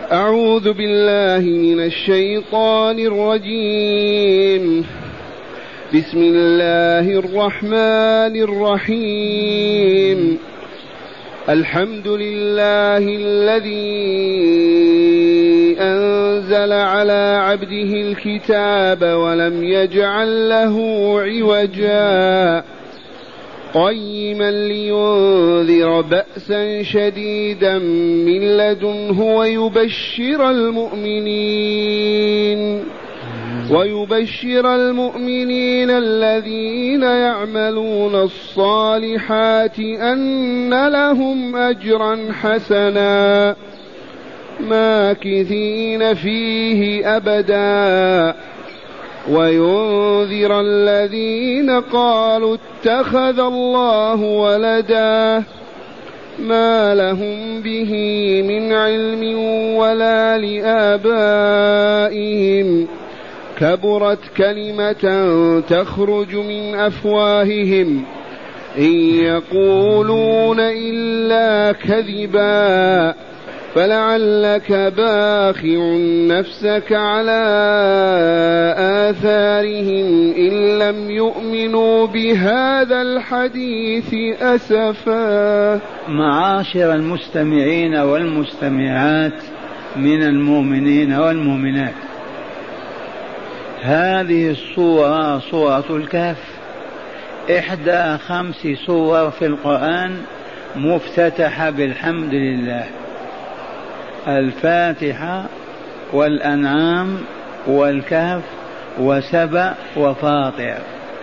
أعوذ بالله من الشيطان الرجيم. بسم الله الرحمن الرحيم. الحمد لله الذي أنزل على عبده الكتاب ولم يجعل له عوجا قيما لينذر بأسا شديدا من لدنه ويبشر المؤمنين الذين يعملون الصالحات أن لهم أجرا حسنا ماكثين فيه أبدا وينذر الذين قالوا اتخذ الله ولدا ما لهم به من علم ولا لآبائهم كبرت كلمة تخرج من أفواههم إن يقولون إلا كذبا فلعلك باخع نفسك على آثارهم إن لم يؤمنوا بهذا الحديث أسفا. معاشر المستمعين والمستمعات من المؤمنين والمؤمنات، هذه الصورة صورة الكهف إحدى 5 صور في القرآن مفتتحة بالحمد لله: الفاتحة والأنعام والكهف وسبأ وفاطر،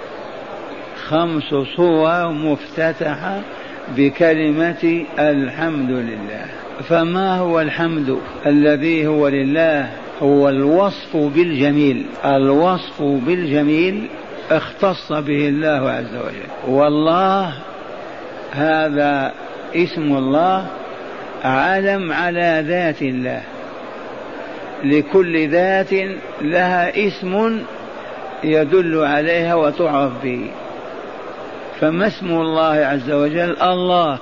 5 صور مفتتحة بكلمة الحمد لله. فما هو الحمد الذي هو لله؟ هو الوصف بالجميل. الوصف بالجميل اختص به الله عز وجل، والله هذا اسم الله علم على ذات الله، لكل ذات لها اسم يدل عليها وتعرف به. فما اسم الله عز وجل؟ الله.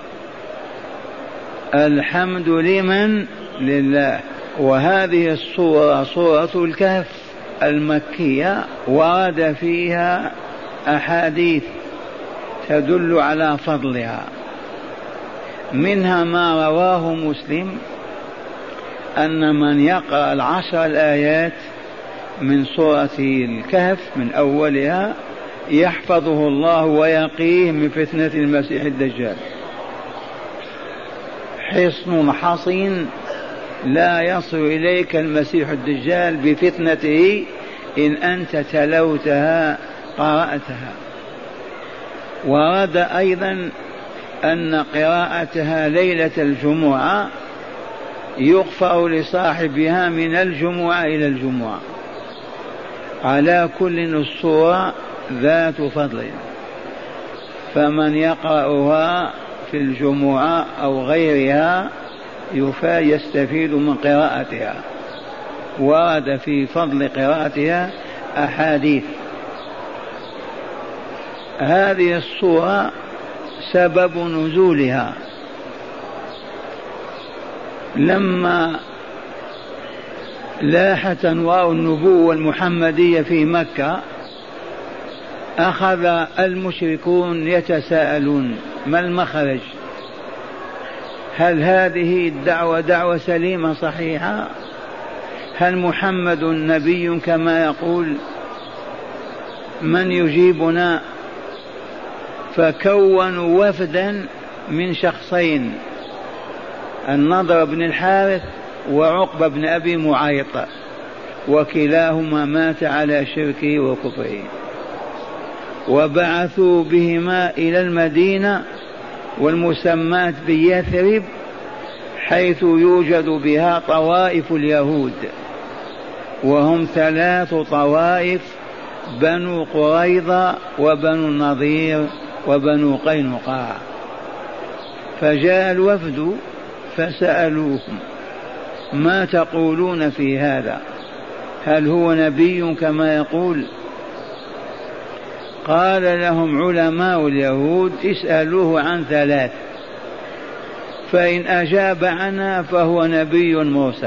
الحمد لمن؟ لله. وهذه الصورة صورة الكهف المكية ورد فيها أحاديث تدل على فضلها، منها ما رواه مسلم أن من يقرأ 10 الآيات من سورة الكهف من أولها يحفظه الله ويقيه من فتنة المسيح الدجال. حصن حصين لا يصل إليك المسيح الدجال بفتنته إن أنت تلوتها قرأتها. ورد أيضا أن قراءتها ليلة الجمعة يغفر لصاحبها من الجمعة إلى الجمعة. على كل الصورة ذات فضل، فمن يقرأها في الجمعة أو غيرها يستفيد من قراءتها. ورد في فضل قراءتها أحاديث. هذه الصورة سبب نزولها لما لاحت أنوار النبوة المحمدية في مكة، أخذ المشركون يتساءلون: ما المخرج؟ هل هذه الدعوة دعوة سليمة صحيحة؟ هل محمد نبي كما يقول؟ من يجيبنا؟ فكونوا وفدا من شخصين: النضر بن الحارث وعقبة بن أبي معيط، وكلاهما مات على شركه وكفره. وبعثوا بهما إلى المدينة والمسمات بيثرب، حيث يوجد بها طوائف اليهود، وهم 3 طوائف: بنو قريظة وبنو النضير وبنو قينقاع. فجاء الوفد فسألوهم: ما تقولون في هذا؟ هل هو نبي كما يقول؟ قال لهم علماء اليهود: اسألوه عن 3. فإن أجاب عنها فهو نبي مرسل،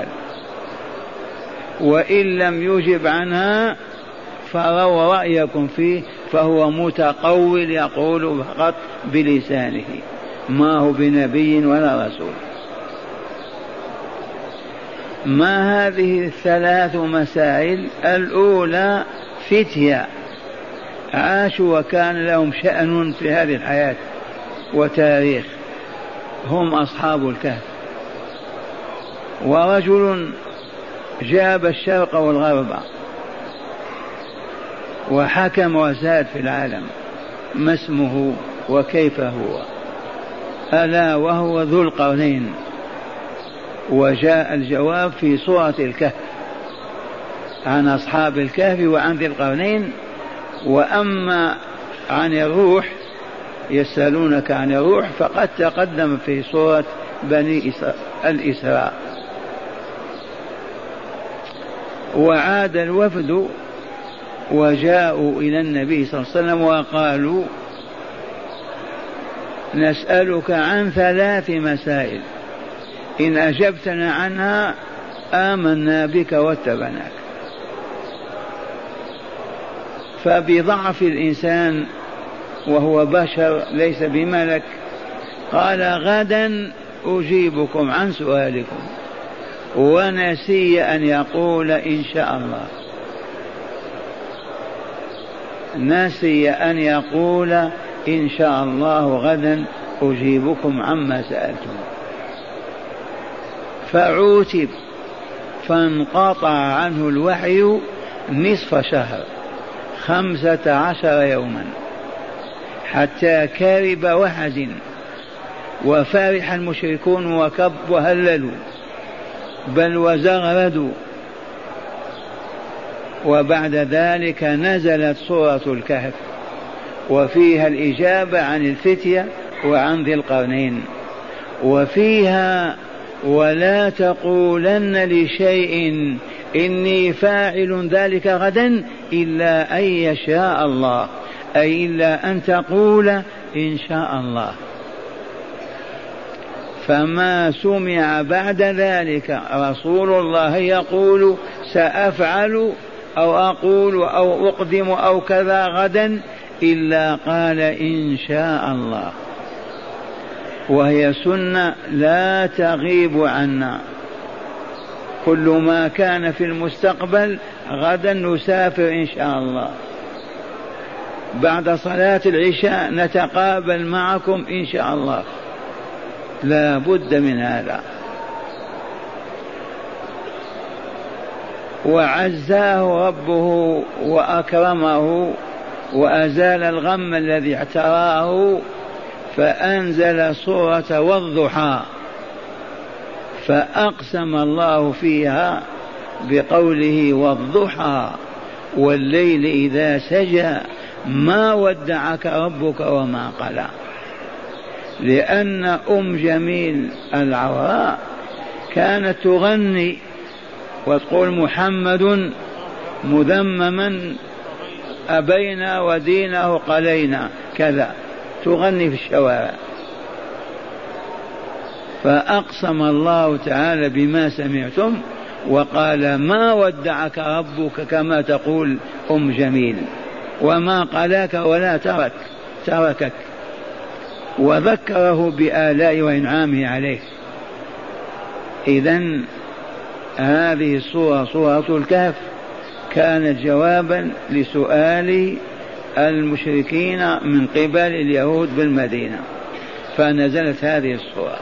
وإن لم يجب عنها فروا رأيكم فيه فهو متقول يقول فقط بلسانه، ما هو بنبي ولا رسول. ما هذه الثلاث مسائل؟ الأولى فتية عاشوا وكان لهم شأن في هذه الحياة وتاريخ، هم أصحاب الكهف. ورجل جاب الشرق والغرب وحكم وزاد في العالم، ما اسمه وكيف هو؟ ألا وهو ذو القرنين. وجاء الجواب في سورة الكهف عن أصحاب الكهف وعن ذي القرنين. وأما عن الروح يسألونك عن الروح فقد تقدم في سورة بني الإسراء. وعاد الوفد وجاءوا إلى النبي صلى الله عليه وسلم وقالوا نسألك عن 3 مسائل، إن أجبتنا عنها آمنا بك واتبعناك. فبضعف الإنسان وهو بشر ليس بملك قال غدا أجيبكم عن سؤالكم، ونسي أن يقول إن شاء الله، نسي أن يقول إن شاء الله غدا أجيبكم عما سألتم. فعوتب فانقطع عنه الوحي نصف شهر 15 يوما، حتى كرب وحزن وفرح المشركون وكب وهللوا بل وزغردوا. وبعد ذلك نزلت سورة الكهف وفيها الإجابة عن الفتية وعن ذي القرنين، وفيها ولا تقولن لشيء إني فاعل ذلك غدا إلا أن يشاء الله، أي إلا أن تقول إن شاء الله. فما سمع بعد ذلك رسول الله يقول سأفعل أو أقول أو أقدم أو كذا غدا إلا قال إن شاء الله، وهي سنة لا تغيب عنا. كل ما كان في المستقبل غدا نسافر إن شاء الله، بعد صلاة العشاء نتقابل معكم إن شاء الله، لا بد من هذا. وعزاه ربه وأكرمه وأزال الغم الذي اعتراه، فأنزل سورة والضحى، فأقسم الله فيها بقوله والضحى والليل إذا سجى ما ودعك ربك وما قلى. لأن جميل العوراء كانت تغني وتقول محمد مذمما أبينا ودينه قلينا كذا، تغني في الشوارع. فأقسم الله تعالى بما سمعتم وقال ما ودعك ربك كما تقول جميل، وما قلاك ولا تركك، وذكره بآلاء وإنعامه عليه. إذن هذه السورة سورة الكهف كانت جوابا لسؤال المشركين من قبل اليهود بالمدينة، فنزلت هذه السورة.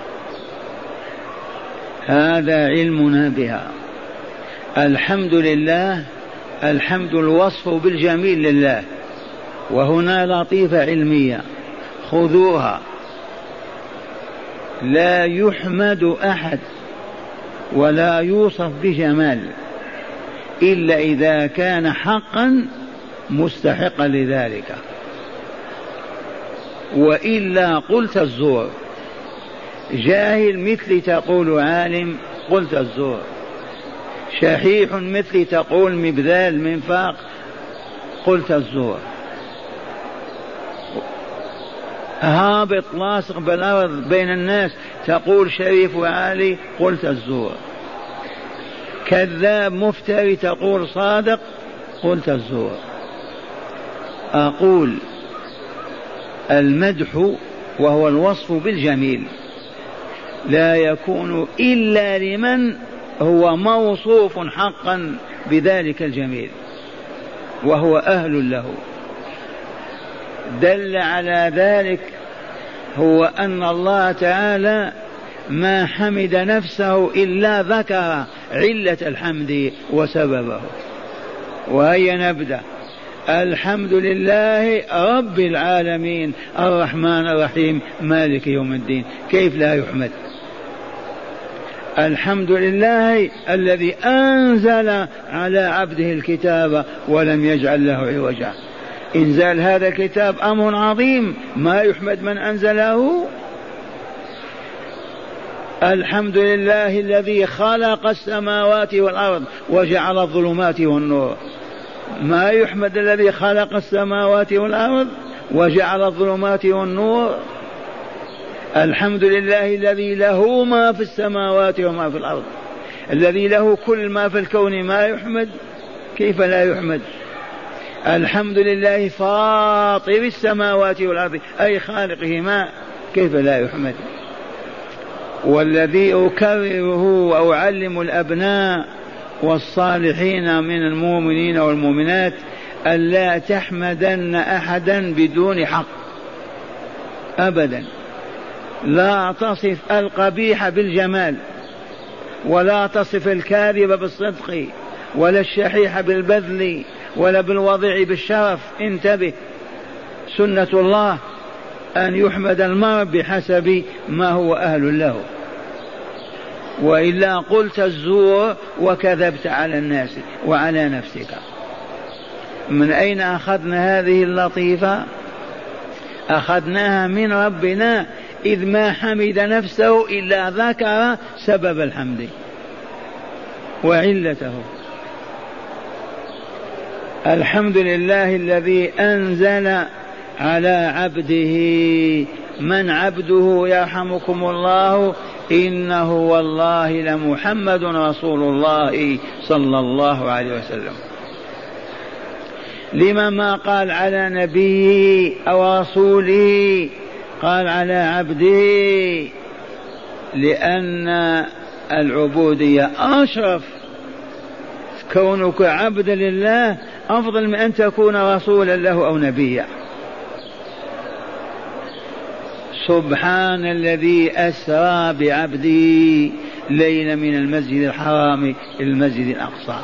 هذا علمنا بها. الحمد لله. الحمد الوصف بالجميل لله. وهنا لطيفة علمية خذوها، لا يحمد أحد ولا يوصف بجمال إلا إذا كان حقا مستحقا لذلك، وإلا قلت الزور. جاهل مثلي تقول عالم قلت الزور، شحيح مثلي تقول مبذال منفاق قلت الزور. هابط لاصق بالأرض بين الناس تقول شريف وعالي قلت الزور، كذاب مفتري تقول صادق قلت الزور. أقول المدح وهو الوصف بالجميل لا يكون إلا لمن هو موصوف حقا بذلك الجميل وهو أهل له. دل على ذلك هو أن الله تعالى ما حمد نفسه إلا ذكر علة الحمد وسببه. وهيا نبدأ. الحمد لله رب العالمين الرحمن الرحيم مالك يوم الدين، كيف لا يحمد؟ الحمد لله الذي أنزل على عبده الكتاب ولم يجعل له عوجا. إنزال هذا الكتاب أمر عظيم، ما يحمد من أنزله؟ الحمد لله الذي خلق السماوات والأرض وجعل الظلمات والنور، ما يحمد الذي خلق السماوات والأرض وجعل الظلمات والنور؟ الحمد لله الذي له ما في السماوات وما في الأرض، الذي له كل ما في الكون، ما يحمد؟ كيف لا يحمد؟ الحمد لله فاطر السماوات والأرض أي خالقهما، كيف لا يحمد؟ والذي أكرره وأعلم الأبناء والصالحين من المؤمنين والمؤمنات ألا تحمدن أحدا بدون حق أبدا. لا تصف القبيح بالجمال، ولا تصف الكاذب بالصدق، ولا الشحيح بالبذل، ولا بالوضع بالشرف. انتبه، سنة الله أن يحمد المرء بحسب ما هو أهل له، وإلا قلت الزور وكذبت على الناس وعلى نفسك. من أين أخذنا هذه اللطيفة؟ أخذناها من ربنا، إذ ما حمد نفسه إلا ذكر سبب الحمد وعلته. الحمد لله الذي أنزل على عبده. من عبده يرحمكم الله؟ إنه والله لمحمد رسول الله صلى الله عليه وسلم. لما ما قال على نبيه أو رسوله، قال على عبده؟ لأن العبودية أشرف. كونك عبد لله أفضل من أن تكون رسولا له أو نبيا. سبحان الذي أسرى بعبده ليلا من المسجد الحرام إلى المسجد الأقصى.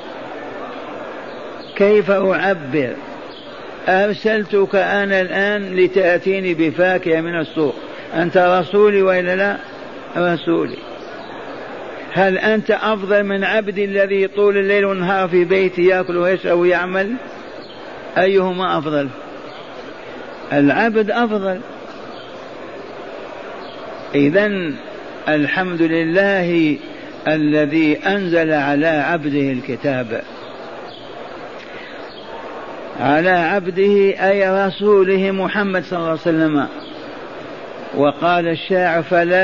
كيف أعبر؟ أرسلتك أنا الآن لتأتيني بفاكهة من السوق، أنت رسولي وإلا لا؟ رسولي. هل أنت أفضل من عبد الذي طول الليل والنهار في بيته يأكل ويشرب ويعمل؟ أيهما أفضل؟ العبد أفضل. إذن الحمد لله الذي أنزل على عبده الكتاب، على عبده أي رسوله محمد صلى الله عليه وسلم. وقال الشاعر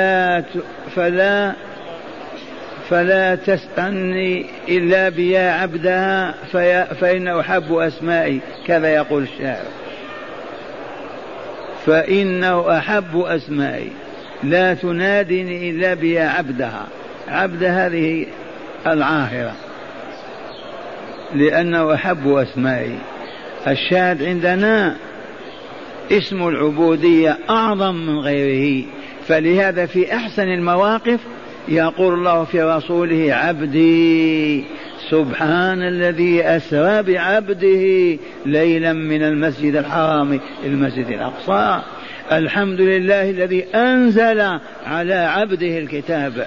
فلا تسألني إلا بيا عبدها فإن أحب أسمائي، كذا يقول الشاعر، فإنه أحب أسمائي. لا تنادني إلا بيا عبدها، عبد هذه العاهرة، لأنه أحب أسمائي. الشاهد عندنا اسم العبودية أعظم من غيره، فلهذا في أحسن المواقف يقول الله في رسوله عبدي. سبحان الذي أسرى بعبده ليلا من المسجد الحرام إلى المسجد الأقصى. الحمد لله الذي أنزل على عبده الكتاب.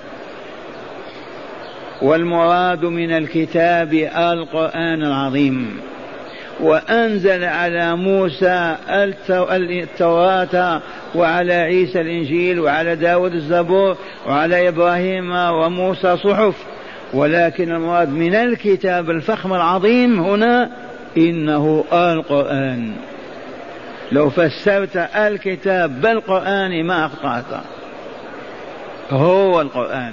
والمراد من الكتاب القرآن العظيم. وأنزل على موسى التوراة، وعلى عيسى الإنجيل، وعلى داود الزبور، وعلى إبراهيم وموسى صحف. ولكن المراد من الكتاب الفخم العظيم هنا إنه القرآن. لو فسرت الكتاب بالقرآن ما أخطأت، هو القرآن.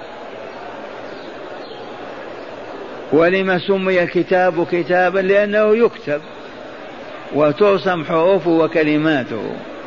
ولما سمي الكتاب كتابا؟ لأنه يكتب وترسم حروفه وكلماته.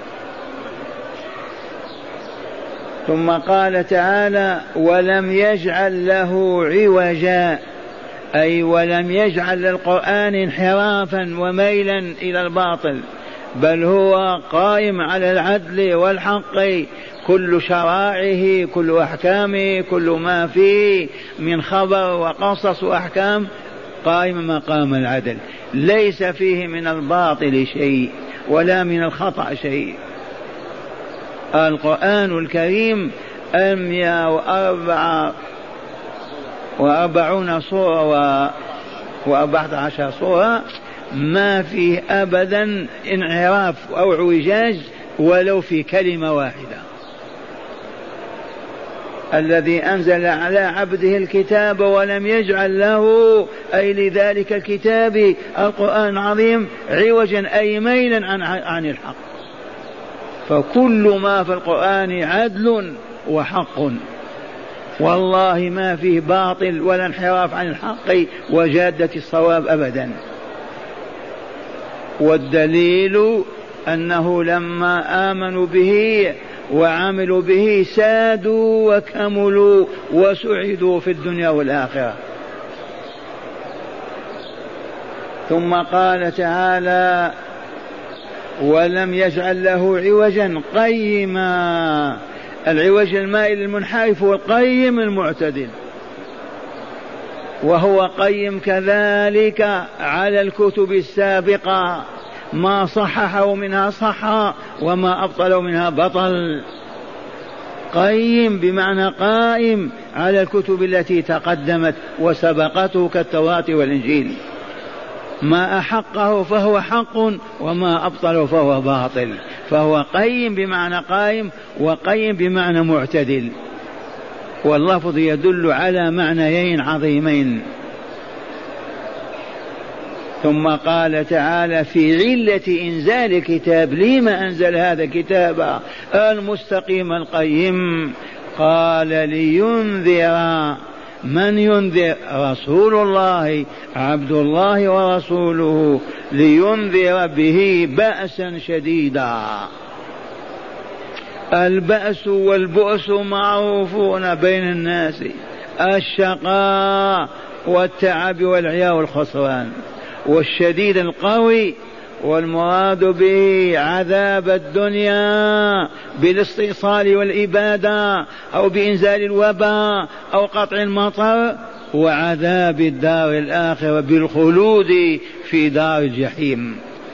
ثم قال تعالى ولم يجعل له عوجا، أي ولم يجعل للقرآن انحرافا وميلا إلى الباطل، بل هو قائم على العدل والحق، كل شرائعه كل أحكامه كل ما فيه من خبر وقصص وأحكام قائم مقام العدل، ليس فيه من الباطل شيء ولا من الخطأ شيء. القرآن الكريم 144 سورة و14 سورة ما فيه أبدا انحراف أو اعوجاج ولو في كلمة واحدة. الذي أنزل على عبده الكتاب ولم يجعل له أي لذلك الكتاب القرآن العظيم عوجا أي ميلا عن الحق، فكل ما في القرآن عدل وحق، والله ما فيه باطل ولا انحراف عن الحق وجادة الصواب أبدا. والدليل أنه لما آمنوا به وعملوا به سادوا وكملوا وسعدوا في الدنيا والآخرة. ثم قال تعالى ولم يجعل له عوجا قيما، العوج المائل المنحرف والقيم المعتدل، وهو قيم كذلك على الكتب السابقة، ما صححه منها صح وما أبطله منها بطل. قيم بمعنى قائم على الكتب التي تقدمت وسبقته كالتوراة والإنجيل، ما أحقه فهو حق وما أبطله فهو باطل، فهو قيم بمعنى قائم وقيم بمعنى معتدل، واللفظ يدل على معنيين عظيمين. ثم قال تعالى في علة إنزال الكتاب، لما أنزل هذا الكتاب المستقيم القيم؟ قال لينذر، من ينذر؟ رسول الله عبد الله ورسوله، لينذر به بأسا شديدا. البأس والبؤس معروفون بين الناس، الشقاء والتعب والعياء والخسران، والشديد القوي والمراد به عذاب الدنيا بالاستئصال والإبادة أو بإنزال الوباء أو قطع المطر، وعذاب الدار الآخرة بالخلود في دار الجحيم.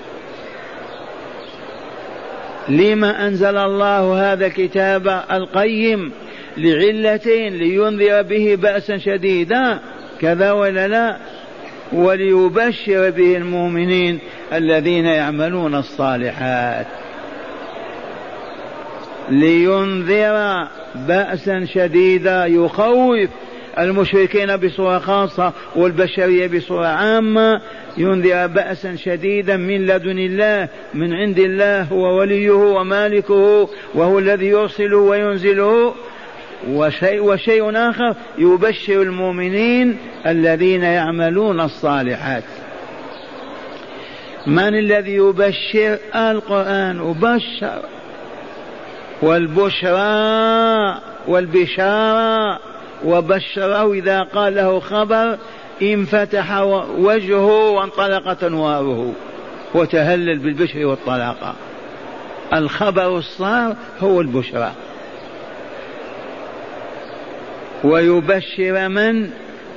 لما أنزل الله هذا الكتاب القيم؟ لعلتين: لينذر به بأسا شديدا كذا ولا لا، وليبشر به المؤمنين الذين يعملون الصالحات. لينذر بأسا شديدا يخوف المشركين بصورة خاصة والبشرية بصورة عامة، ينذر بأسا شديدا من لدن الله، من عند الله، هو وليه ومالكه وهو الذي يرسله وينزله. وشيء آخر: يبشر المؤمنين الذين يعملون الصالحات. من الذي يبشر؟ القرآن وبشر، والبشرى والبشارة، وبشره إذا قال له خبر انفتح وجهه وانطلقت أنواره وتهلل بالبشر والطلاقة. الخبر الصار هو البشرى. ويبشر من؟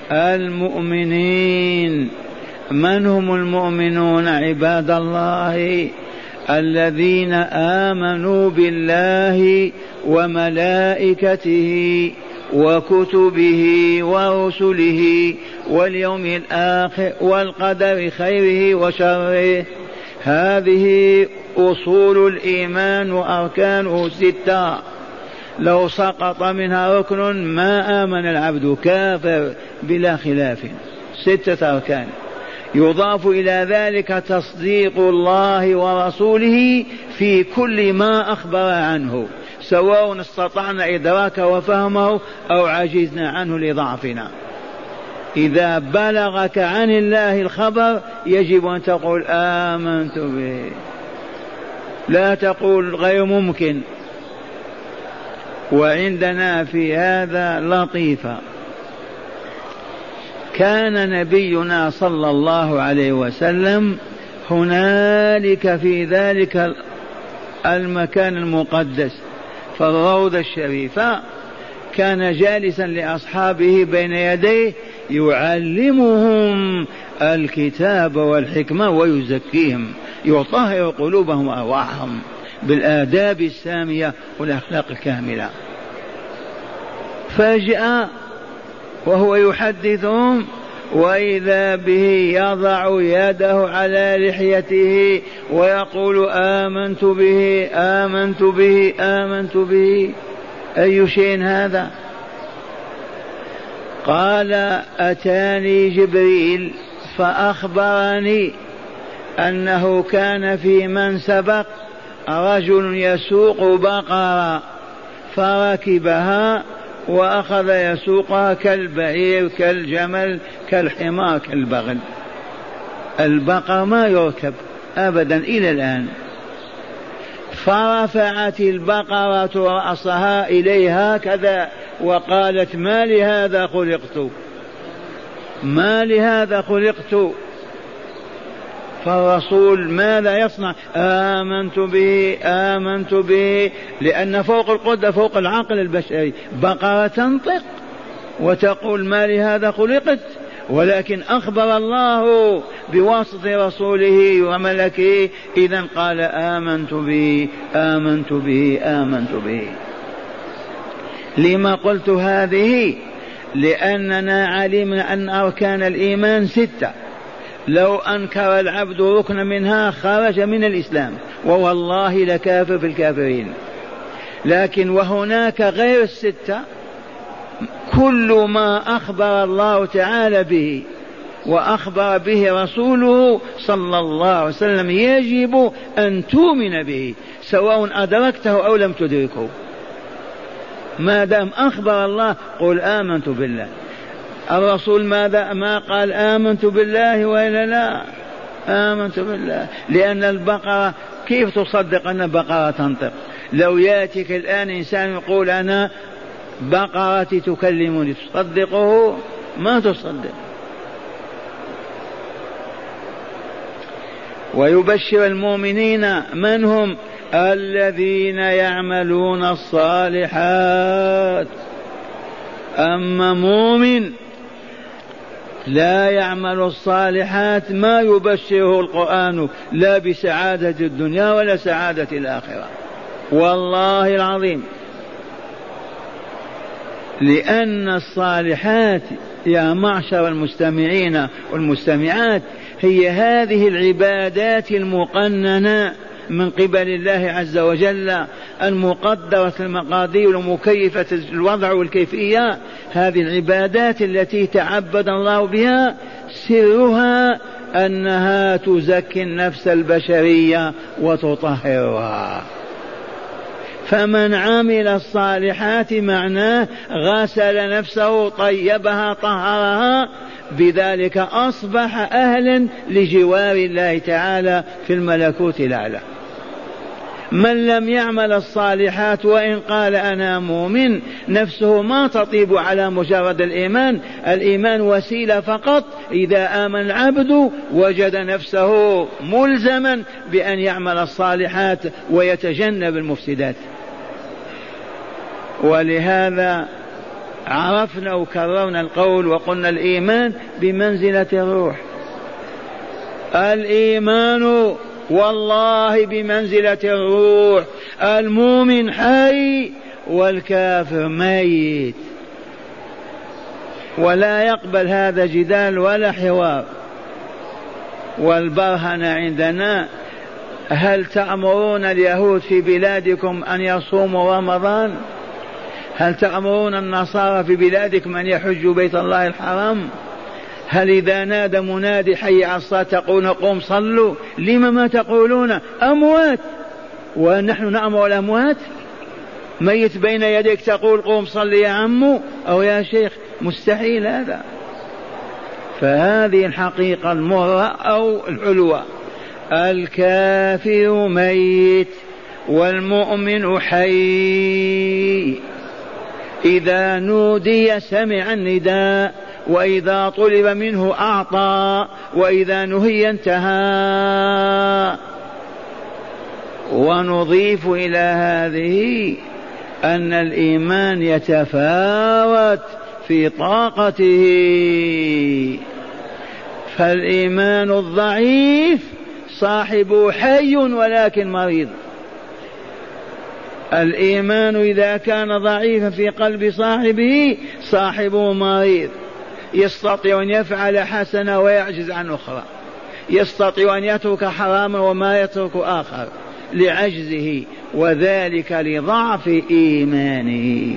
المؤمنين. من هم المؤمنون عباد الله؟ الذين آمنوا بالله وملائكته وكتبه ورسله واليوم الآخر والقدر خيره وشره. هذه أصول الإيمان وأركانه 6، لو سقط منها ركن ما آمن العبد، كافر بلا خلاف. 6 أركان: يضاف إلى ذلك تصديق الله ورسوله في كل ما أخبر عنه، سواء استطعنا إدراكه وفهمه أو عجزنا عنه لضعفنا. إذا بلغك عن الله الخبر يجب أن تقول آمنت به، لا تقول غير ممكن. وعندنا في هذا لطيفة، كان نبينا صلى الله عليه وسلم هنالك في ذلك المكان المقدس في الروضة الشريفة، كان جالسا لأصحابه بين يديه يعلمهم الكتاب والحكمة ويزكيهم، يطهر قلوبهم وأرواحهم بالآداب السامية والأخلاق الكاملة. فجأة وهو يحدثهم وإذا به يضع يده على لحيته ويقول آمنت به آمنت به آمنت به. أي شيء هذا؟ قال أتاني جبريل فأخبرني أنه كان في من سبق رجل يسوق بقرة فركبها وأخذ يسوقها كالبعير كالجمل كالحمار كالبغل. البقر ما يركب أبدا إلى الآن. فرفعت البقرة رأسها إليها هكذا وقالت ما لهذا خلقت، ما لهذا خلقت. فالرسول ماذا يصنع؟ آمنت به آمنت به، لأن فوق القدرة فوق العقل البشري. بقرة تنطق وتقول ما لهذا خلقت، ولكن أخبر الله بواسطة رسوله وملكه، إذن قال آمنت به آمنت به آمنت به. لما قلت هذه؟ لأننا علمنا أن أركان الإيمان 6، لو أنكر العبد ركن منها خرج من الإسلام، ووالله لكافر في الكافرين. لكن وهناك غير 6، كل ما أخبر الله تعالى به وأخبر به رسوله صلى الله عليه وسلم يجب أن تؤمن به سواء أدركته أو لم تدركه. ما دام أخبر الله قل آمنت بالله. الرسول ماذا ما قال آمنت بالله وإلا لا؟ آمنت بالله. لأن البقرة كيف تصدق أن بقرة تنطق؟ لو يأتيك الآن إنسان يقول أنا بقرتي تكلمني تصدقه؟ ما تصدق. ويبشر المؤمنين من هم؟ الذين يعملون الصالحات. أما مؤمن لا يعمل الصالحات ما يبشره القرآن لا بسعادة الدنيا ولا سعادة الآخرة، والله العظيم. لأن الصالحات يا معشر المستمعين والمستمعات هي هذه العبادات المقننة من قبل الله عز وجل، المقدرة المقادير ومكيفة الوضع والكيفية. هذه العبادات التي تعبد الله بها سرها أنها تزكي النفس البشرية وتطهرها. فمن عمل الصالحات معناه غسل نفسه طيبها طهرها، بذلك أصبح أهلا لجوار الله تعالى في الملكوت الأعلى. من لم يعمل الصالحات وإن قال أنا مؤمن نفسه ما تطيب على مجرد الإيمان. الإيمان وسيلة فقط. إذا آمن العبد وجد نفسه ملزما بأن يعمل الصالحات ويتجنب المفسدات. ولهذا عرفنا وكررنا القول وقلنا الإيمان بمنزلة الروح. الإيمان والله بمنزلة الروح. المؤمن حي والكافر ميت، ولا يقبل هذا جدال ولا حوار. والبرهنة عندنا: هل تأمرون اليهود في بلادكم أن يصوموا رمضان؟ هل تأمرون النصارى في بلادكم أن يحجوا بيت الله الحرام؟ هل إذا نادى منادي حي على الصلاة تقولون قوم صلوا؟ لما ما تقولون أموات ونحن نأمر الأموات؟ ميت بين يديك تقول قوم صل يا عمو أو يا شيخ؟ مستحيل هذا. فهذه الحقيقة المرة أو الحلوة. الكافر ميت والمؤمن حي، إذا نودي سمع النداء، وإذا طلب منه أعطى، وإذا نهي انتهى. ونضيف إلى هذه أن الإيمان يتفاوت في طاقته، فالإيمان الضعيف صاحبه حي ولكن مريض. الإيمان إذا كان ضعيفا في قلب صاحبه مريض، يستطيع أن يفعل حسنة ويعجز عن أخرى، يستطيع أن يترك حراما وما يترك آخر لعجزه، وذلك لضعف إيمانه.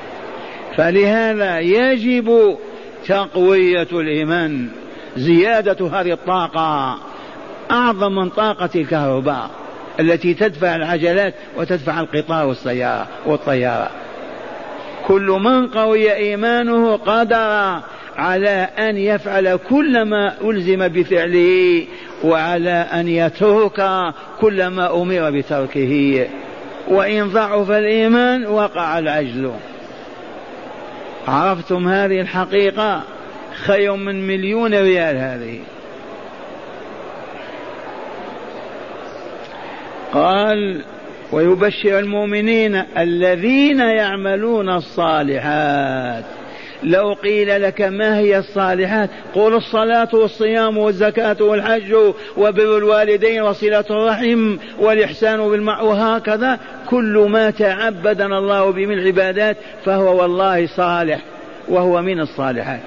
فلهذا يجب تقوية الإيمان، زيادة هذه الطاقة أعظم من طاقة الكهرباء التي تدفع العجلات وتدفع القطار والطيارة. كل من قوي إيمانه قدر على أن يفعل كل ما ألزم بفعله، وعلى أن يترك كل ما أمر بتركه. وإن ضعف الإيمان وقع العجز. عرفتم هذه الحقيقة؟ خير من 1,000,000 ريال هذه. قال ويبشر المؤمنين الذين يعملون الصالحات. لو قيل لك ما هي الصالحات؟ قل الصلاة والصيام والزكاة والحج وبر الوالدين وصلة الرحم والإحسان بالمعروف، وهكذا كل ما تعبدنا الله به من العبادات فهو والله صالح، وهو من الصالحات،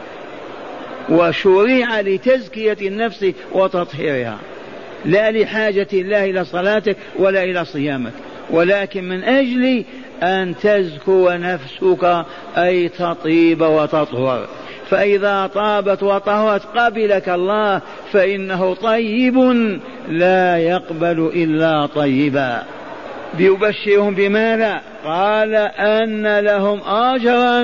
وشريع لتزكية النفس وتطهيرها، لا لحاجة الله إلى صلاتك ولا إلى صيامك، ولكن من أجل أن تزكو نفسك، أي تطيب وتطهر. فإذا طابت وطهرت قبلك الله، فإنه طيب لا يقبل إلا طيبا. بيبشرهم بماذا؟ قال أن لهم أجرا،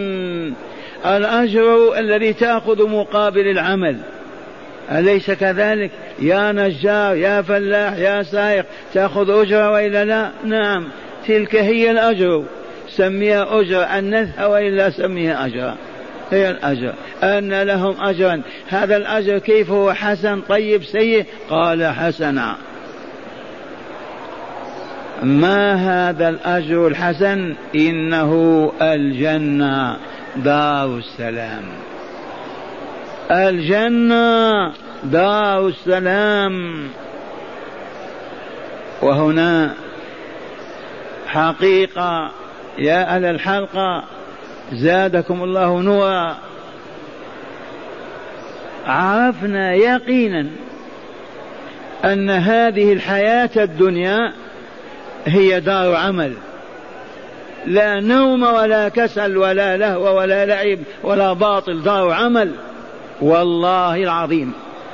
الأجر الذي تأخذ مقابل العمل، أليس كذلك؟ يا نجار يا فلاح يا سائق تأخذ أجرة وإلا لا؟ نعم، تلك هي الأجر، سميها أجر، أنثها وإلا سميها أجر، هي الأجر. أن لهم أجرا، هذا الأجر كيف هو؟ حسن طيب سيء؟ قال حسنا. ما هذا الأجر الحسن؟ إنه الجنة دار السلام، الجنة دار السلام. وهنا حقيقة يا أهل الحلقة زادكم الله نورا، عرفنا يقينا أن هذه الحياة الدنيا هي دار عمل، لا نوم ولا كسل ولا لهو ولا لعب ولا باطل، دار عمل والله العظيم.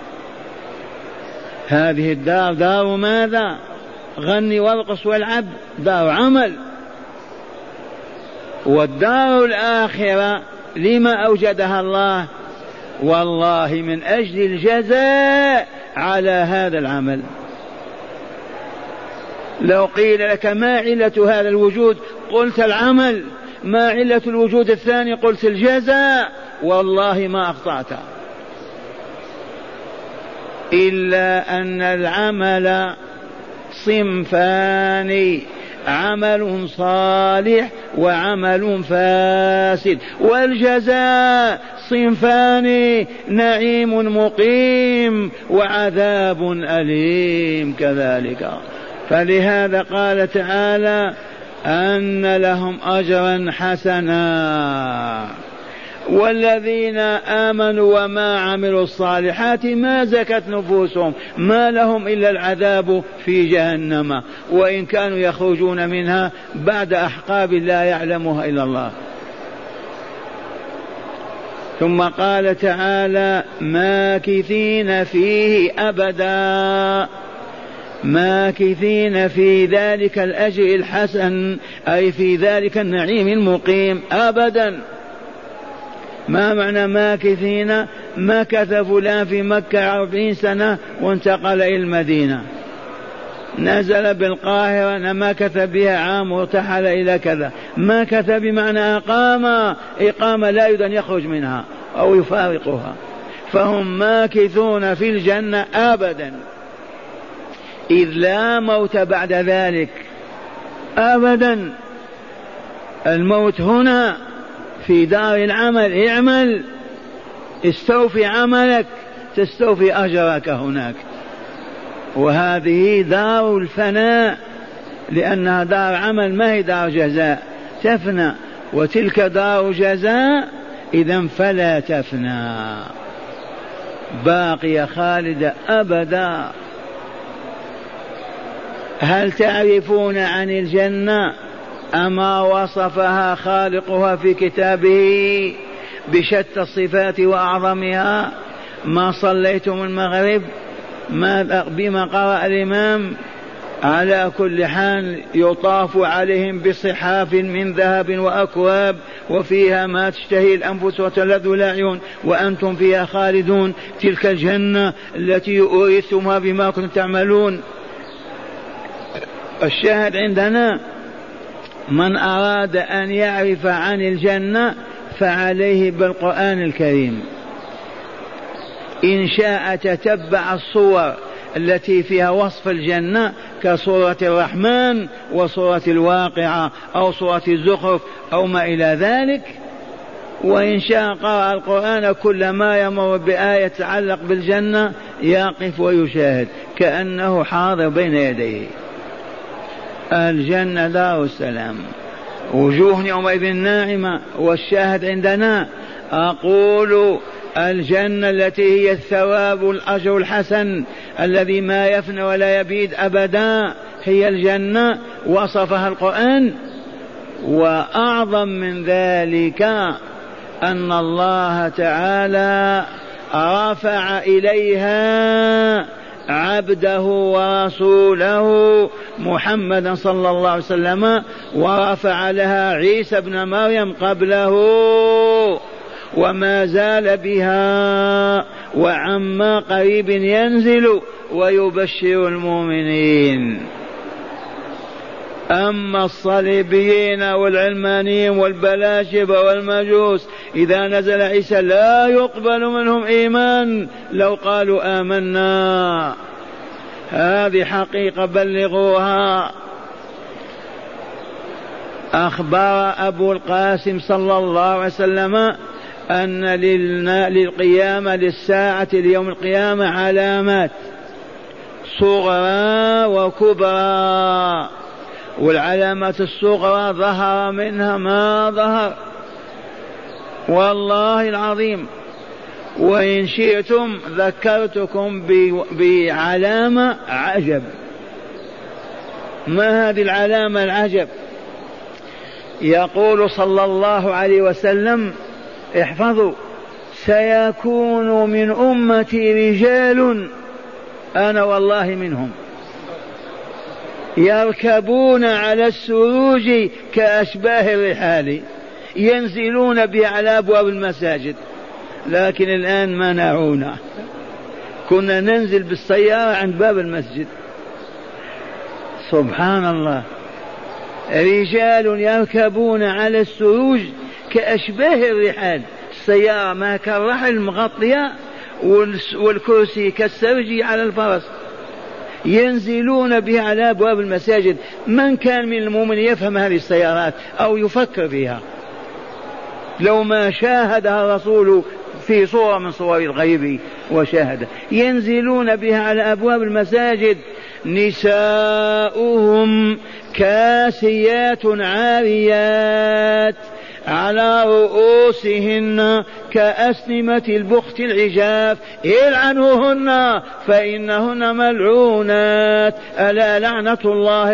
هذه الدار دار ماذا؟ غني وارقص والعب، دار عمل. والدار الآخرة لما أوجدها الله؟ والله من أجل الجزاء على هذا العمل. لو قيل لك ما علة هذا الوجود؟ قلت العمل. ما علة الوجود الثاني؟ قلت الجزاء. والله ما أخطأت، إلا أن العمل صنفان، عمل صالح وعمل فاسد، والجزاء صنفان، نعيم مقيم وعذاب أليم كذلك. فلهذا قال تعالى أن لهم أجرا حسنا. والذين آمنوا وما عملوا الصالحات ما زكت نفوسهم، ما لهم إلا العذاب في جهنم، وإن كانوا يخرجون منها بعد أحقاب لا يعلمها إلا الله. ثم قال تعالى ماكثين فيه أبدا، ماكثين في ذلك الأجر الحسن، أي في ذلك النعيم المقيم أبدا. ما معنى ماكثين؟ مكث فلان في مكة 40 سنة وانتقل إلى المدينة، نزل بالقاهرة مكث بها عام وارتحل إلى كذا. مكث بمعنى إقامة لا يريد أن يخرج منها أو يفارقها، فهم ماكثون في الجنة أبدا، إذ لا موت بعد ذلك أبدا. الموت هنا في دار العمل، اعمل استوفي عملك تستوفي أجرك هناك، وهذه دار الفناء لأنها دار عمل ما هي دار جزاء، تفنى، وتلك دار جزاء إذن فلا تفنى، باقية خالدة أبدا. هل تعرفون عن الجنة أما وصفها خالقها في كتابه بشتى الصفات وأعظمها؟ ما صليتم المغرب بما قرأ الإمام؟ على كل حال يطاف عليهم بصحاف من ذهب وأكواب وفيها ما تشتهي الأنفس وتلذ الأعين وأنتم فيها خالدون، تلك الجنة التي أورثتموها بما كنتم تعملون. الشاهد عندنا من أراد أن يعرف عن الجنة فعليه بالقرآن الكريم، إن شاء تتبع الصور التي فيها وصف الجنة كصورة الرحمن وصورة الواقعة أو صورة الزخرف أو ما إلى ذلك، وإن شاء قرأ القرآن كل ما يمر بآية تتعلق بالجنة يقف ويشاهد كأنه حاضر بين يديه. الجنة دار السلام، وجوه يومئذ ناعمة. والشاهد عندنا أقول الجنة التي هي الثواب والأجر الحسن الذي ما يفنى ولا يبيد أبدا هي الجنة وصفها القرآن. وأعظم من ذلك أن الله تعالى رفع إليها عبده ورسوله محمدا صلى الله عليه وسلم، ورفع لها عيسى ابن مريم قبله وما زال بها، وعما قريب ينزل ويبشر المؤمنين. أما الصليبيين والعلمانيين والبلاشفة والمجوس إذا نزل عيسى لا يقبل منهم إيمان لو قالوا آمنا. هذه حقيقة بلغوها. أخبر أبو القاسم صلى الله عليه وسلم أن للقيامة للساعة اليوم القيامة علامات صغرى وكبرى، والعلامات الصغرى ظهر منها ما ظهر والله العظيم. وإن شئتم ذكرتكم بعلامة عجب. ما هذه العلامة العجب؟ يقول صلى الله عليه وسلم احفظوا سيكون من أمتي رجال أنا والله منهم يركبون على السروج كأشباه الرحال ينزلون بها على أبواب المساجد، لكن الآن منعونا، كنا ننزل بالسيارة عند باب المسجد. سبحان الله، رجال يركبون على السروج كأشباه الرحال، السيارة ما كالرحل مغطية والكرسي كالسرج على الفرس، ينزلون بها على أبواب المساجد. من كان من المؤمن يفهم هذه السيارات أو يفكر فيها لو ما شاهدها الرسول في صورة من صور الغيب وشاهد؟ ينزلون بها على أبواب المساجد، نساؤهم كاسيات عاريات على رؤوسهن كأسنمة البخت العجاف العنوهن فإنهن ملعونات ألا لعنة الله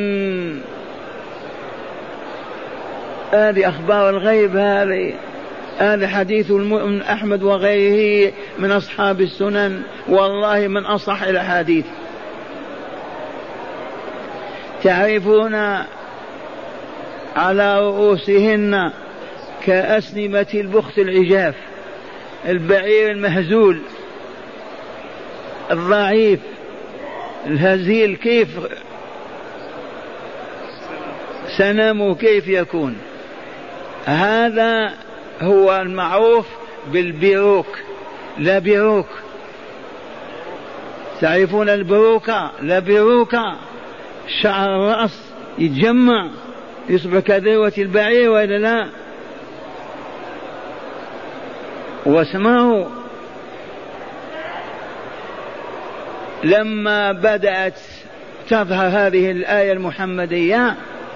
عليهن. هذه أخبار الغيب هذه. هذا حديث من أحمد وغيره من أصحاب السنن، والله من أصح الأحاديث. تعرفون على رؤوسهن كأسنمة البخت العجاف، البعير المهزول الضعيف الهزيل، كيف سنمه كيف يكون؟ هذا هو المعروف بالبيروك. لا بيروك، تعرفون البروكة؟ لا بيروكة، شعر الرأس يتجمع يصبح كذروة البعير وإلا لا؟ واسمعوا، لما بدأت تظهر هذه الآية المحمدية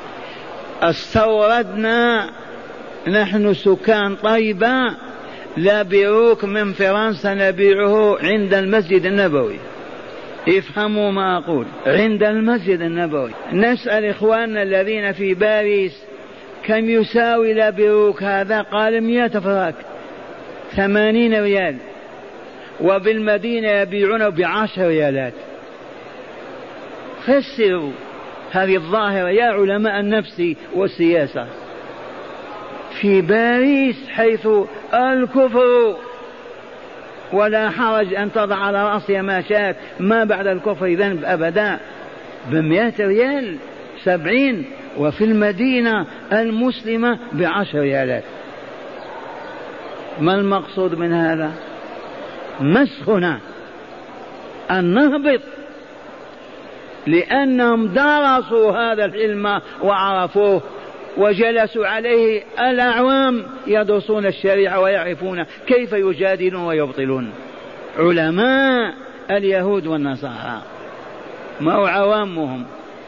استوردنا نحن سكان طيبة لا بيروك من فرنسا نبيعه عند المسجد النبوي. افهموا ما أقول، عند المسجد النبوي. نسأل إخواننا الذين في باريس كم يساوي لا بيروك هذا؟ قال 100 فراك، 80 ريال، وبالمدينة يبيعونه ب10 ريالات. فسروا هذه الظاهرة يا علماء النفس والسياسة. في باريس حيث الكفر ولا حرج أن تضع على رأسها ما شاءت، ما بعد الكفر ذنب أبدا، ب100 ريال 70، وفي المدينة المسلمة ب10 ريالات. ما المقصود من هذا؟ مسخنا أن نهبط، لأنهم درسوا هذا العلم وعرفوه وجلسوا عليه الأعوام يدرسون الشريعة ويعرفون كيف يجادلون ويبطلون. علماء اليهود والنصارى ما هو عوامهم.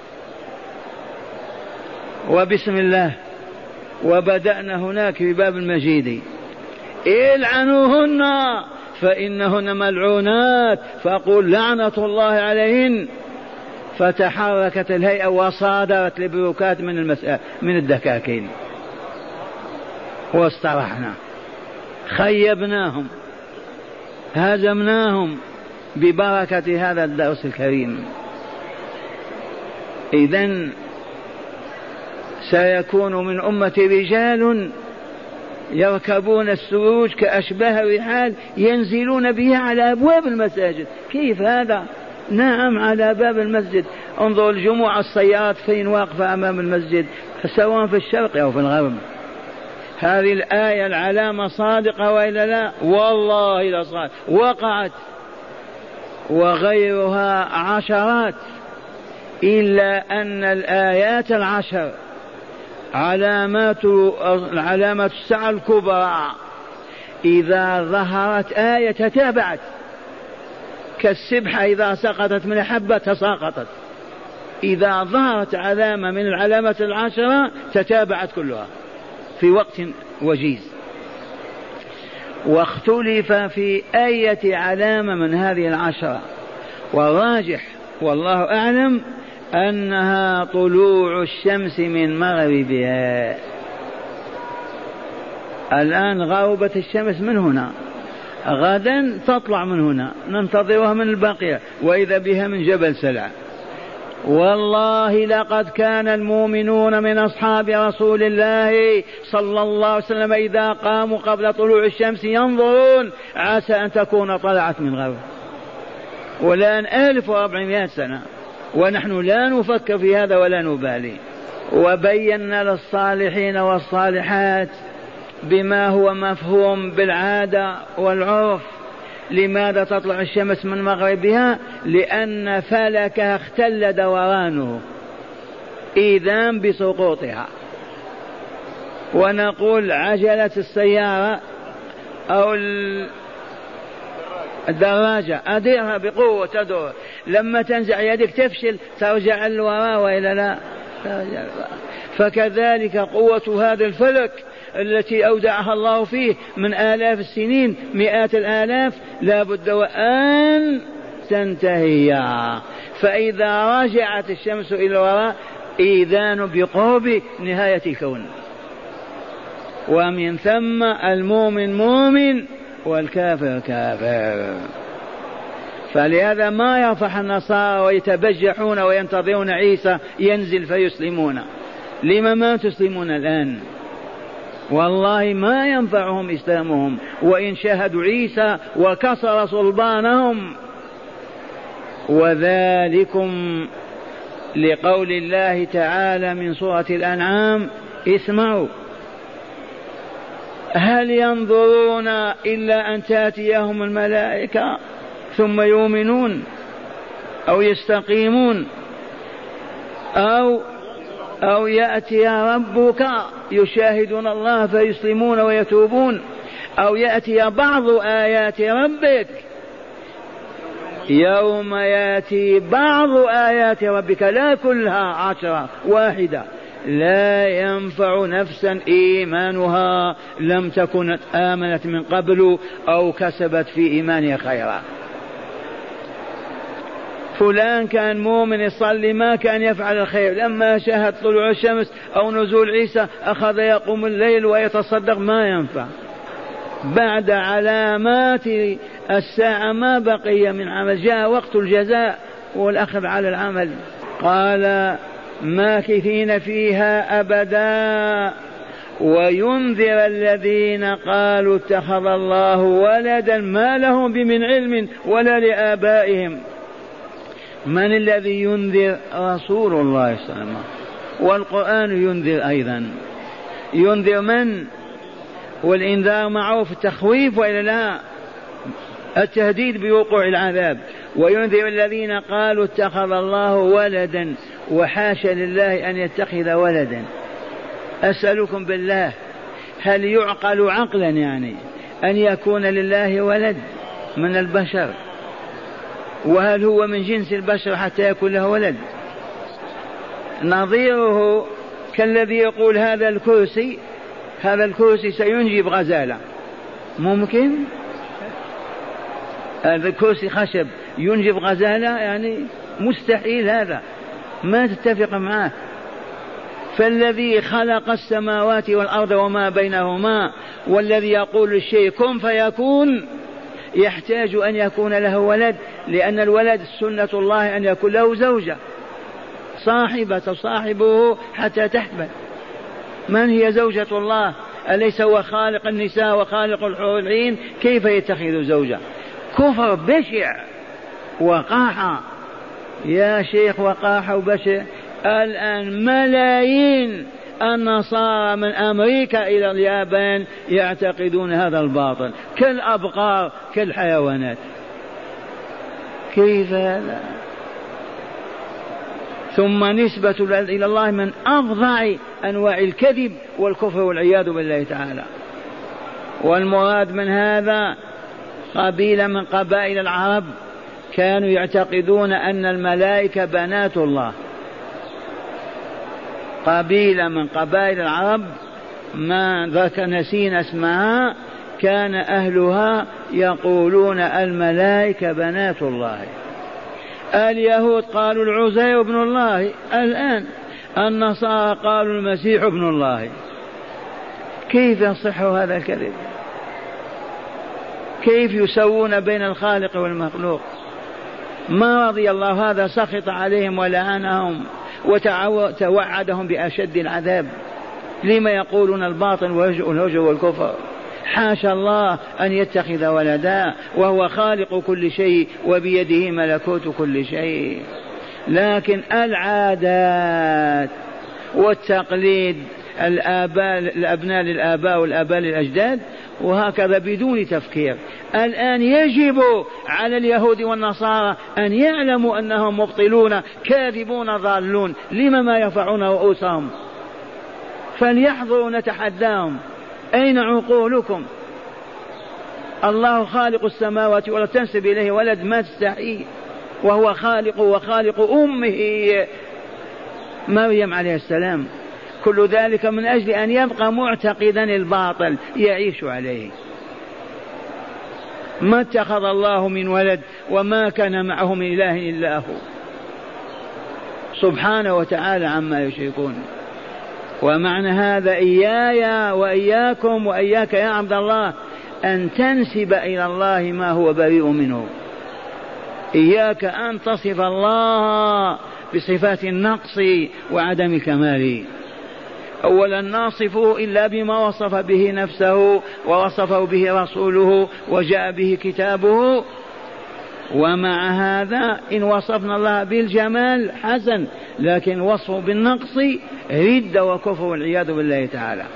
وبسم الله وبدأنا هناك في باب المجيد، العنوهن فإنهن ملعونات، فقل لعنة الله عليهن. فتحركت الهيئة وصادرت البروكات من الدكاكين، واسترحنا، خيبناهم، هزمناهم ببركة هذا الدرس الكريم. إذن سيكون من أمة رجال يركبون السروج كأشباه الرحال ينزلون بها على أبواب المساجد. كيف هذا؟ نعم، على باب المسجد. انظر الجمعة السيارات فين واقفة أمام المسجد، سواء في الشرق أو في الغرب. هذه الآية العلامة صادقة وإلا لا؟ والله لا صادق، وقعت. وغيرها عشرات، إلا أن الآيات العشر علامات الساعة الكبرى إذا ظهرت آية تتابعت، كالسبحة إذا سقطت من حبة تساقطت. إذا ظهرت علامة من العلامات العشرة تتابعت كلها في وقت وجيز. واختلف في أية علامة من هذه العشرة، والراجح والله أعلم أنها طلوع الشمس من مغربها. الآن غربت الشمس من هنا، غدا تطلع من هنا، ننتظرها من الباقية، وإذا بها من جبل سلع. والله لقد كان المؤمنون من أصحاب رسول الله صلى الله عليه وسلم إذا قاموا قبل طلوع الشمس ينظرون عسى أن تكون طلعت من غرب. والآن 1400 سنة ونحن لا نفكر في هذا ولا نبالي. وبينا للصالحين والصالحات بما هو مفهوم بالعادة والعرف لماذا تطلع الشمس من مغربها، لأن فلكها اختل دورانه إذن بسقوطها. ونقول عجلة السيارة أو الدراجة أديرها بقوة تدور، لما تنزع يدك تفشل ترجع الوراء وإلا لا ترجع. فكذلك قوة هذا الفلك التي أودعها الله فيه من آلاف السنين مئات الآلاف لا بد وأن تنتهي. فإذا رجعت الشمس إلى الوراء إذان بقرب نهاية الكون. ومن ثم المؤمن مؤمن والكافر كافر. فلهذا ما يفرح النصارى ويتبجحون وينتظرون عيسى ينزل فيسلمون. لما ما تسلمون الآن؟ والله ما ينفعهم إسلامهم وإن شاهدوا عيسى وكسر صلبانهم. وذلكم لقول الله تعالى من سورة الأنعام: اسمعوا هل ينظرون إلا أن تأتيهم الملائكة ثم يؤمنون أو يستقيمون أو يأتي ربك يشاهدون الله فيسلمون ويتوبون، أو يأتي بعض آيات ربك. يوم يأتي بعض آيات ربك لا كلها 10 واحدة لا ينفع نفسا إيمانها لم تكن آمنت من قبل أو كسبت في إيمانها خيرا. فلان كان مؤمن يصلي ما كان يفعل الخير، لما شاهد طلوع الشمس أو نزول عيسى أخذ يقوم الليل ويتصدق، ما ينفع. بعد علامات الساعة ما بقي من عمل، جاء وقت الجزاء والأخذ على العمل. قال ماكثين فيها أبدا. وينذر الذين قالوا اتخذ الله ولدا ما لهم بمن علم ولا لآبائهم. من الذي ينذر؟ رسول الله صلى الله عليه وسلم. والقرآن ينذر أيضا. ينذر من؟ والإنذار معروف التخويف وإلا لا؟ التهديد بوقوع العذاب. وينذر الذين قالوا اتخذ الله ولدا، وحاشا لله أن يتخذ ولدا. أسألكم بالله هل يعقل عقلا يعني أن يكون لله ولد من البشر؟ وهل هو من جنس البشر حتى يكون له ولد؟ نظيره كالذي يقول هذا الكرسي سينجب غزالة. ممكن؟ هذا الكرسي خشب ينجب غزالة؟ يعني مستحيل، هذا ما تتفق معه. فالذي خلق السماوات والأرض وما بينهما والذي يقول الشيء كن فيكون يحتاج أن يكون له ولد، لأن الولد سنة الله أن يكون له زوجة صاحبة تصاحبه حتى تحبل. من هي زوجة الله؟ أليس هو خالق النساء وخالق الحور العين؟ كيف يتخذ زوجة؟ كفر بشع وقاحة يا شيخ، وقاحة وبشع. الآن ملايين النصارى من أمريكا إلى اليابان يعتقدون هذا الباطل كالأبقار كالحيوانات. كيف هذا؟ ثم نسبة إلى الله من أفظع أنواع الكذب والكفر والعياذ بالله تعالى. والمراد من هذا قبيلة من قبائل العرب كانوا يعتقدون أن الملائكة بنات الله. قبيلة من قبائل العرب ما ذكر نسينا اسمها، كان أهلها يقولون الملائكة بنات الله. اليهود قالوا العزير ابن الله، الآن النصارى قالوا المسيح ابن الله. كيف يصح هذا الكذب؟ كيف يسوون بين الخالق والمخلوق؟ ما رضي الله هذا، سخط عليهم ولعنهم وتوعدهم بأشد العذاب. لما يقولون الباطل والهجر والكفر؟ حاشا الله أن يتخذ ولدا وهو خالق كل شيء وبيده ملكوت كل شيء. لكن العادات والتقليد، الأبناء للآباء والآباء للأجداد، وهكذا بدون تفكير. الآن يجب على اليهود والنصارى أن يعلموا أنهم مبطلون كاذبون ضالون. لما ما يرفعون رؤوسهم؟ فليحضروا نتحداهم. أين عقولكم؟ الله خالق السماوات ولا تنسب إليه ولد، ما تستحي، وهو خالق وخالق أمه مريم عليه السلام. كل ذلك من أجل أن يبقى معتقدا الباطل يعيش عليه. ما اتخذ الله من ولد وما كان معه من إله إلا هو سبحانه وتعالى عما يشركون. ومعنى هذا إياي وإياكم وإياك يا عبد الله أن تنسب إلى الله ما هو بريء منه. إياك أن تصف الله بصفات النقص وعدم الكمال. أولا نصفه إلا بما وصف به نفسه ووصفه به رسوله وجاء به كتابه. ومع هذا إن وصفنا الله بالجمال حسن، لكن وصفه بالنقص ردة وكفر والعياذ بالله تعالى.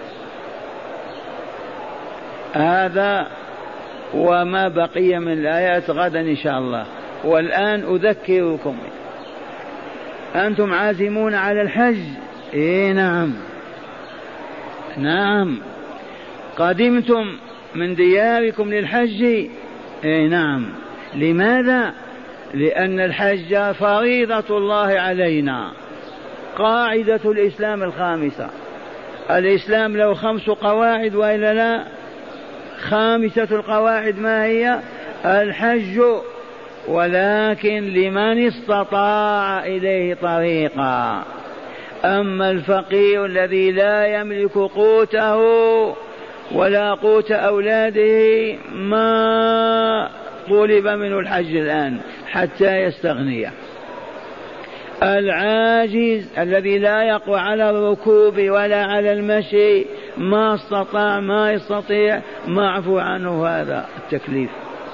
هذا وما بقي من الآيات غدا إن شاء الله. والآن أذكركم، أنتم عازمون على الحج؟ إيه نعم. قدمتم من دياركم للحج؟ إيه نعم. لماذا؟ لأن الحج فريضة الله علينا، قاعدة الإسلام الخامسة. الإسلام له 5 قواعد وإلا لا؟ خامسة القواعد ما هي؟ الحج. ولكن لمن استطاع إليه طريقا. أما الفقير الذي لا يملك قوته ولا قوت أولاده ما طلب منه الحج الآن حتى يستغني. العاجز الذي لا يقوى على الركوب ولا على المشي ما استطاع ما يستطيع معفو عنه هذا التكليف.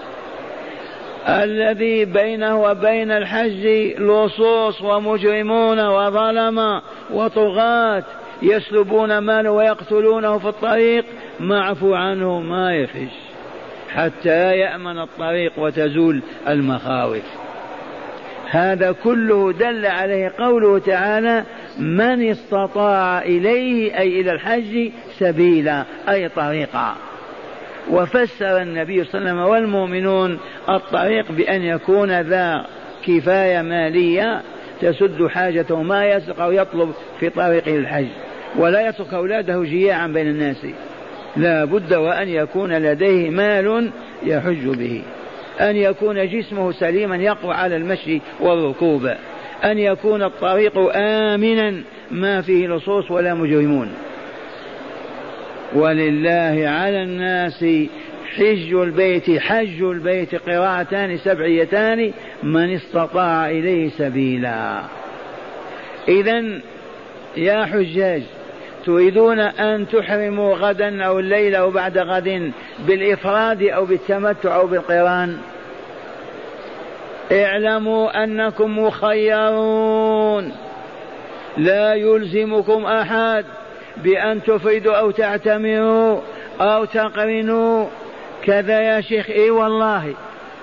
الذي بينه وبين الحج لصوص ومجرمون وظلمة وطغاة يسلبون ماله ويقتلونه في الطريق معفو عنه ما يحج حتى يأمن الطريق وتزول المخاوف. هذا كله دل عليه قوله تعالى من استطاع إليه أي إلى الحج سبيلا أي طريقا. وفسر النبي صلى الله عليه وسلم والمؤمنون الطريق بأن يكون ذا كفاية مالية تسد حاجته ما يسرق أو يطلب في طريقه الحج، ولا يترك أولاده جياعا بين الناس. لا بد وأن يكون لديه مال يحج به، أن يكون جسمه سليما يقوى على المشي والركوب، أن يكون الطريق آمنا ما فيه لصوص ولا مجرمون. ولله على الناس حج البيت قراءتان سبعيتان من استطاع إليه سبيلا. إذن يا حجاج تريدون أن تحرموا غدا أو الليلة أو بعد غد بالإفراد أو بالتمتع أو بالقران؟ اعلموا أنكم مخيرون، لا يلزمكم أحد بأن تفردوا أو تعتمروا أو تقرنوا كذا يا شيخ. إيه والله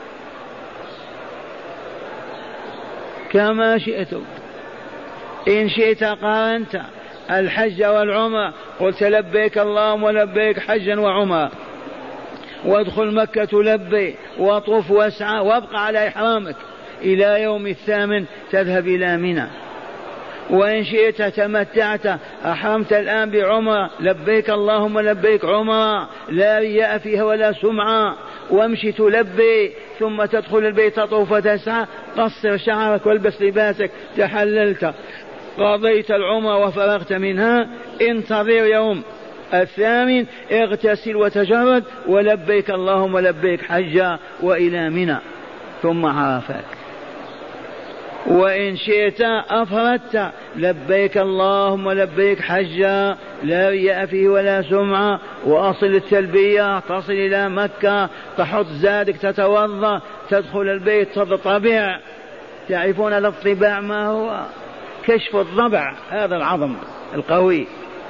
كما شئتم. إن شئت قارنت الحج والعمرة قلت لبيك اللهم ولبيك حجا وعمرة، وادخل مكة لبي وطوف واسعى وابقى على إحرامك إلى يوم الثامن تذهب إلى منى. وإن شئت تمتعت أحرمت الآن بعمرة لبيك اللهم لبيك عمرة لا رياء فيها ولا سمعة، وامشي تلبي ثم تدخل البيت تطوف وتسعى، قصر شعرك والبس لباسك تحللت قضيت العمرة وفرغت منها، انتظر يوم الثامن اغتسل وتجرد ولبيك اللهم لبيك حجا وإلى منى ثم عرفات. وإن شئت أفردت لبيك اللهم لبيك حجا لا رياء فيه ولا سمعة، وأصل التلبية تصل إلى مكة تحط زادك تتوضأ تدخل البيت تضطبع. تعرفون الاطباع ما هو؟ كشف الضبع، هذا العظم القوي.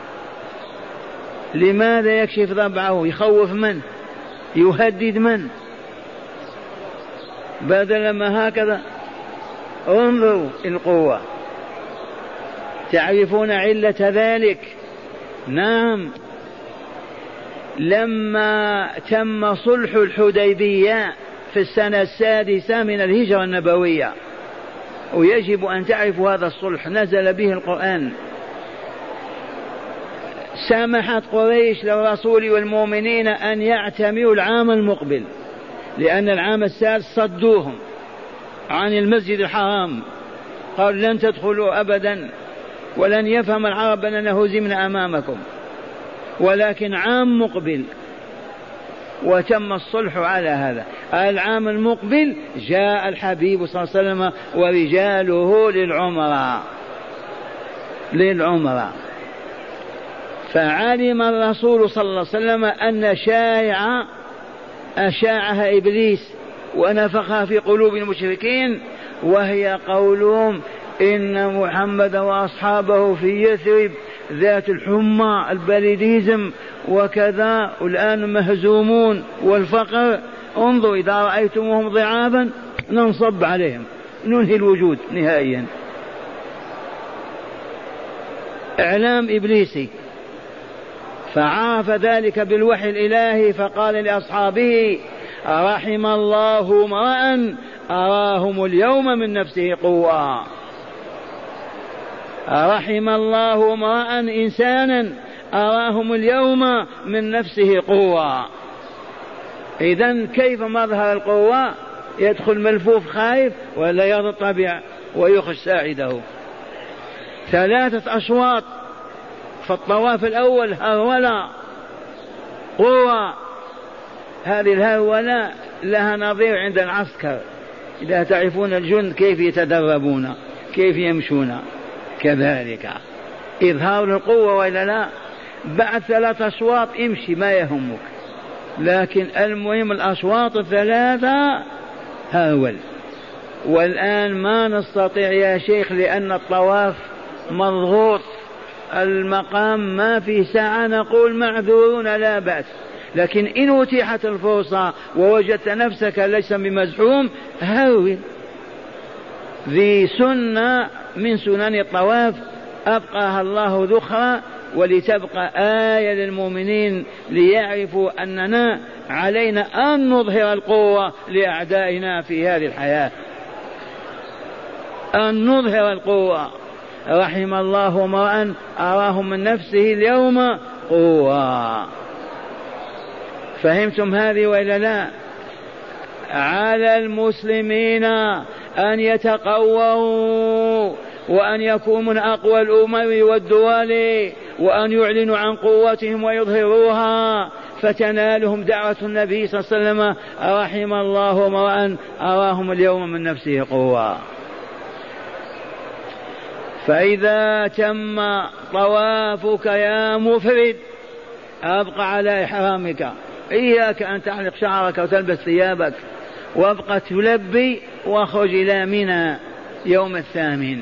لماذا يكشف ضبعه؟ يخوف من؟ يهدد من؟ بدل ما هكذا انظروا القوة. تعرفون علة ذلك؟ نعم، لما تم صلح الحديبية في السنة 6 من الهجرة النبوية، ويجب أن تعرفوا هذا الصلح نزل به القرآن، سمحت قريش للرسول والمؤمنين أن يعتمروا العام المقبل، لأن العام السادس صدوهم عن المسجد الحرام، قالوا لن تدخلوا أبدا ولن يفهم العرب أننا هزمنا أمامكم، ولكن عام مقبل وتم الصلح على هذا. العام المقبل جاء الحبيب صلى الله عليه وسلم ورجاله للعمرة، فعلم الرسول صلى الله عليه وسلم أن أشاعها إبليس ونفخها في قلوب المشركين، وهي قولهم إن محمد وأصحابه في يثرب ذات الحمى البليديزم وكذا، والآن مهزومون والفقر، انظروا إذا رأيتموهم ضعافا ننصب عليهم ننهي الوجود نهائيا. إعلام إبليسي، فعرف ذلك بالوحي الإلهي فقال لأصحابه: رحم الله امرأ أراهم اليوم من نفسه قوة. رحم الله امرأ إنسانا أراهم اليوم من نفسه قوة. إذن كيف مظهر القوة؟ يدخل ملفوف خايف ولا يرضى الطبيعة ويخش ساعده. 3 أشواط في الطواف الأول هرولة قوة، هذه الهرولة لها نظير عند العسكر، إذا تعرفون الجند كيف يتدربون كيف يمشون، كذلك إظهار القوة وإلا لا. بعد 3 أشواط امشي ما يهمك، لكن المهم الأشواط 3 هرول. والآن ما نستطيع يا شيخ لأن الطواف مضغوط، المقام ما في ساعة، نقول معذورون لا بأس، لكن إن أتيحت الفرصة ووجدت نفسك ليس بمزحوم هرول. ذي سنة من سنن الطواف أبقاها الله ذخرا ولتبقى آية للمؤمنين ليعرفوا أننا علينا أن نظهر القوة لأعدائنا في هذه الحياة، أن نظهر القوة. رحم الله امرأ أراهم من نفسه اليوم قوة. فهمتم هذه وإلا لا؟ على المسلمين أن يتقووا وأن يكونوا من أقوى الأمم والدول، وأن يعلنوا عن قوتهم ويظهروها فتنالهم دعوة النبي صلى الله عليه وسلم: رحم الله امرأ أراهم اليوم من نفسه قوة. فإذا تم طوافك يا مفرد أبقى على إحرامك، إياك أن تحلق شعرك وتلبس ثيابك، وابقى تلبي واخرج إلى منى يوم 8.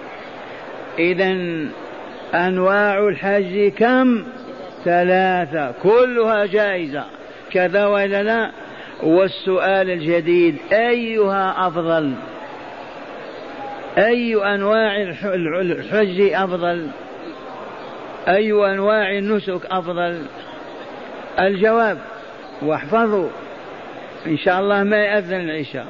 إذن أنواع الحج كم؟ 3 كلها جائزة، كذا وإلا لا؟ والسؤال الجديد: أيها أفضل؟ أي أنواع الحج أفضل؟ أي أنواع النسك أفضل؟ الجواب واحفظوا إن شاء الله ما يأذن العشاء.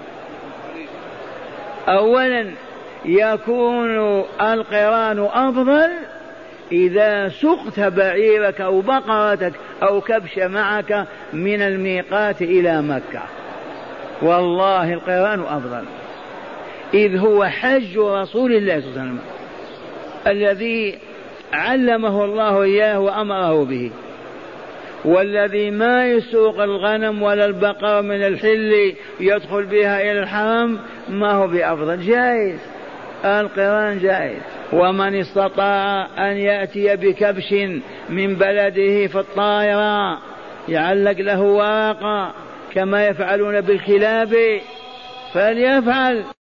أولا يكون القران أفضل إذا سقت بعيرك أو بقرتك أو كبش معك من الميقات إلى مكة، والله القران أفضل، إذ هو حج رسول الله صلى الله عليه وسلم الذي علمه الله إياه وأمره به. والذي ما يسوق الغنم ولا البقر من الحل يدخل بها إلى الحرم ما هو بأفضل، جائز، القران جائز. ومن استطاع أن يأتي بكبش من بلده في الطائرة يعلق له ورقة كما يفعلون بالكلاب فليفعل.